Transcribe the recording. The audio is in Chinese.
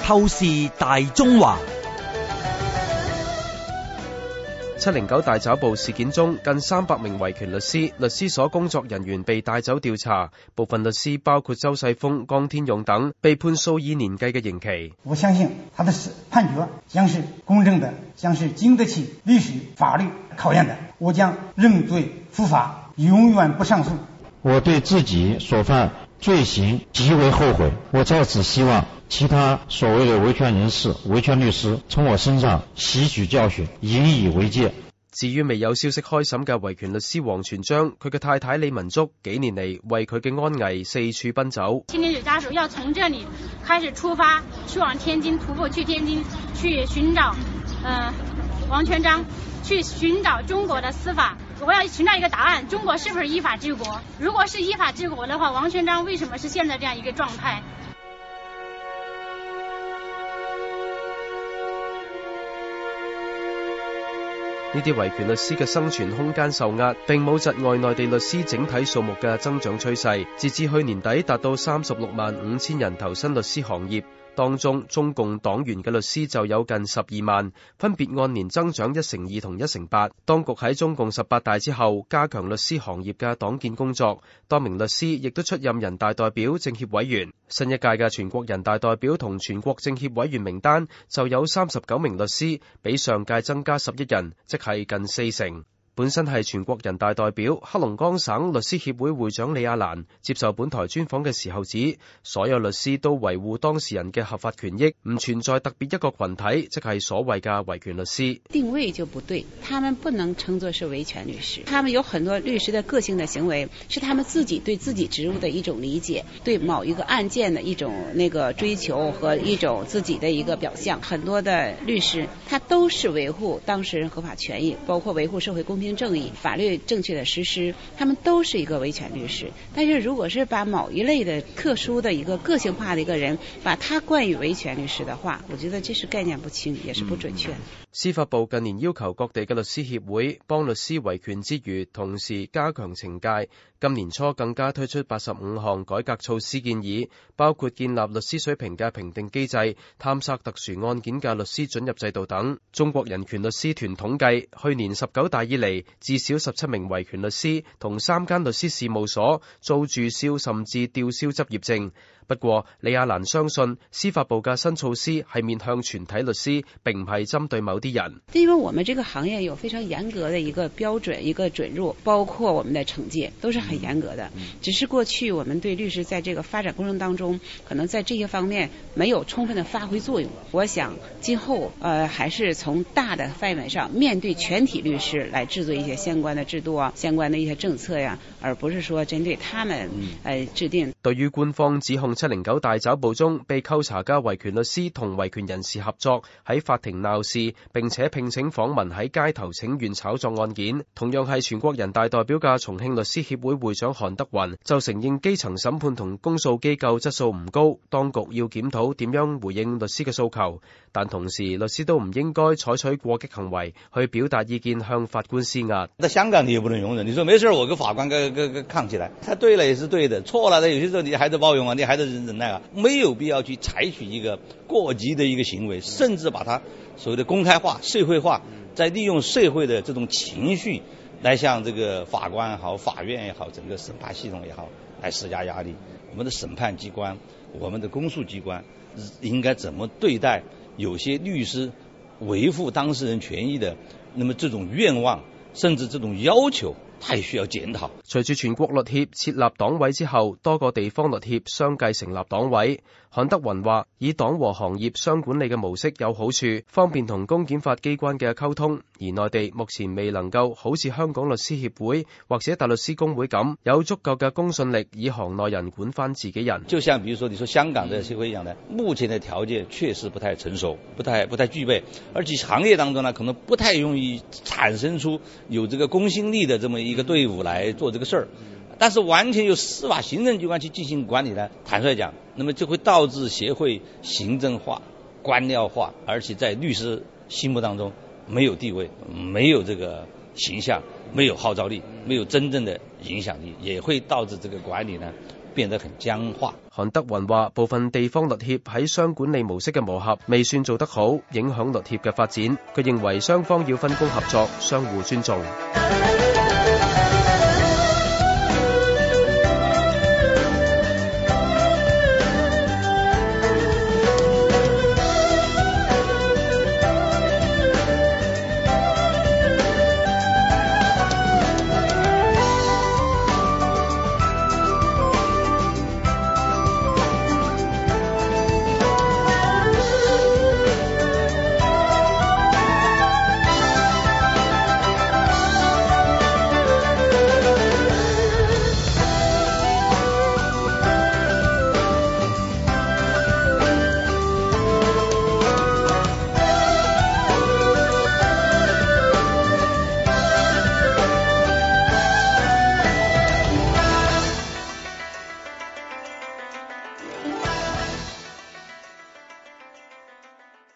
透視大中華。 709大抓捕事件中，近300名維權律師所工作人員被帶走調查，部分律師包括周世鋒、江天勇等，被判數以年計嘅刑期。 我相信他的判決將是公正的，將是經得起歷史法律考驗的。我將認罪伏法，永遠不上訴。 我對自己所犯罪行極為後悔，我在此希望其他所謂的維權人士、維權律師從我身上吸取教訓，引以為戒。 至於未有消息開審嘅維權律師王全璋，佢嘅太太李文竹幾年嚟為佢嘅安危四處奔走。 親天使家屬要從這裡開始出發，去往天津，徒步去天津，去尋找王全璋，去尋找中國的司法。我要尋找一個答案，中國是不是依法治國？如果是依法治國的話，王全璋為什麼是現在這樣一個狀態？ 呢啲維權律師嘅生存空間受壓，並冇窒礙內地律師整體數目嘅增長趨勢。截至去年底，達到365000人投身律師行業。當中中共黨員嘅律師就有近12萬，分別按年增長1%同1%。當局喺中共18大之後，加強律師行業嘅黨建工作，多名律師亦都出任人大代表、政協委員。新一屆嘅全國人大代表同全國政協委員名單就有39名律師，比上屆增加11人，即係近40%。本身係全國人大代表、黑龍江省律師協會會長李亞蘭接受本台專訪嘅時候指，所有律師都維護當事人嘅合法權益，唔存在特別一個群體，即係所謂嘅維權律師。 定位就不對，他們不能稱作是維權律師，他們有很多律師的個性的行為，是他們自己對自己職務的一種理解，對某一個案件的一種追求和一種自己的一個表象。很多的律師，他都是維護當事人合法權益，包括維護社會公平正義、法律正確的實施，他們都是一個維權律師。但是如果是把某一類的特殊的一個個性化的一個人，把他冠以維權律師的話，我覺得這是概念不清，也是不準確的。 司法部近年要求各地嘅律師協會幫律師維權之餘，同時加強懲戒。今年初更加推出85項改革措施建議，包括建立律師水平嘅評定機制、探索特殊案件嘅律師准入制度等。中國人權律師團統計，去年19大以嚟，至少17名維權律師同3間律師事務所遭註銷甚至吊銷執業證。不過，李亞蘭相信司法部嘅新措施係面向全體律師，並唔係針對某啲人。 因為我們這個行業有非常嚴格的一個標準、一個準入，包括我們的懲戒都是很嚴格的。只是過去我們對律師在這個發展過程當中，可能在這些方面沒有充分的發揮作用。我想今後還是從大的範圍上面對全體律師來製作一些相關的制度啊、相關的一些政策呀，而不是說針對他們制定。 對於官方指控709大抓捕中被扣查嘅維權律師同維權人士合作喺法庭鬧事，並且聘請訪民喺街頭請願炒作案件，同樣係全國人大代表嘅重慶律師協會會長韓德雲就承認基層審判同公訴機構質素唔高，當局要檢討點樣回應律師嘅訴求，但同時律師都唔應該採取過激行為去表達意見，向法官施壓。 在香港你也不能容忍，你說沒事我跟法官抗起來，他對了也是對的，錯了有些時候你還得包容啊，你還得忍耐啊，沒有必要去採取一個過激的一個行為，甚至把它所謂的公開化、社會化，再利用社會的這種情緒來向這個法官也好、法院也好、整個審判系統也好來施加壓力。我們的審判機關、我們的公訴機關應該怎麼對待有些律師維護當事人權益的那麼這種願望，甚至這種要求，太需要檢討。 隨住全國律協設立黨委之後，多個地方律協相繼成立黨委。韓德雲話：以黨和行業相管理嘅模式有好處，方便同公檢法機關嘅溝通。而內地目前未能夠好似香港律師協會或者大律師公會咁，有足夠嘅公信力，以行內人管翻自己人。 就像比如說你說香港的協會一樣的，目前的條件確實不太成熟，不太具備，而且行業當中呢，可能不太容易產生出有這個公信力的這麼一個隊伍來做這個事兒。但是完全由司法行政機關去進行管理呢，坦率講，那麼就會導致協會行政化、官僚化，而且在律師心目當中沒有地位，沒有這個形象，沒有號召力，沒有真正的影響力，也會導致這個管理呢變得很僵化。 韓德雲話：部分地方律協喺雙管理模式嘅磨合未算做得好，影響律協嘅發展。佢認為雙方要分工合作，相互尊重。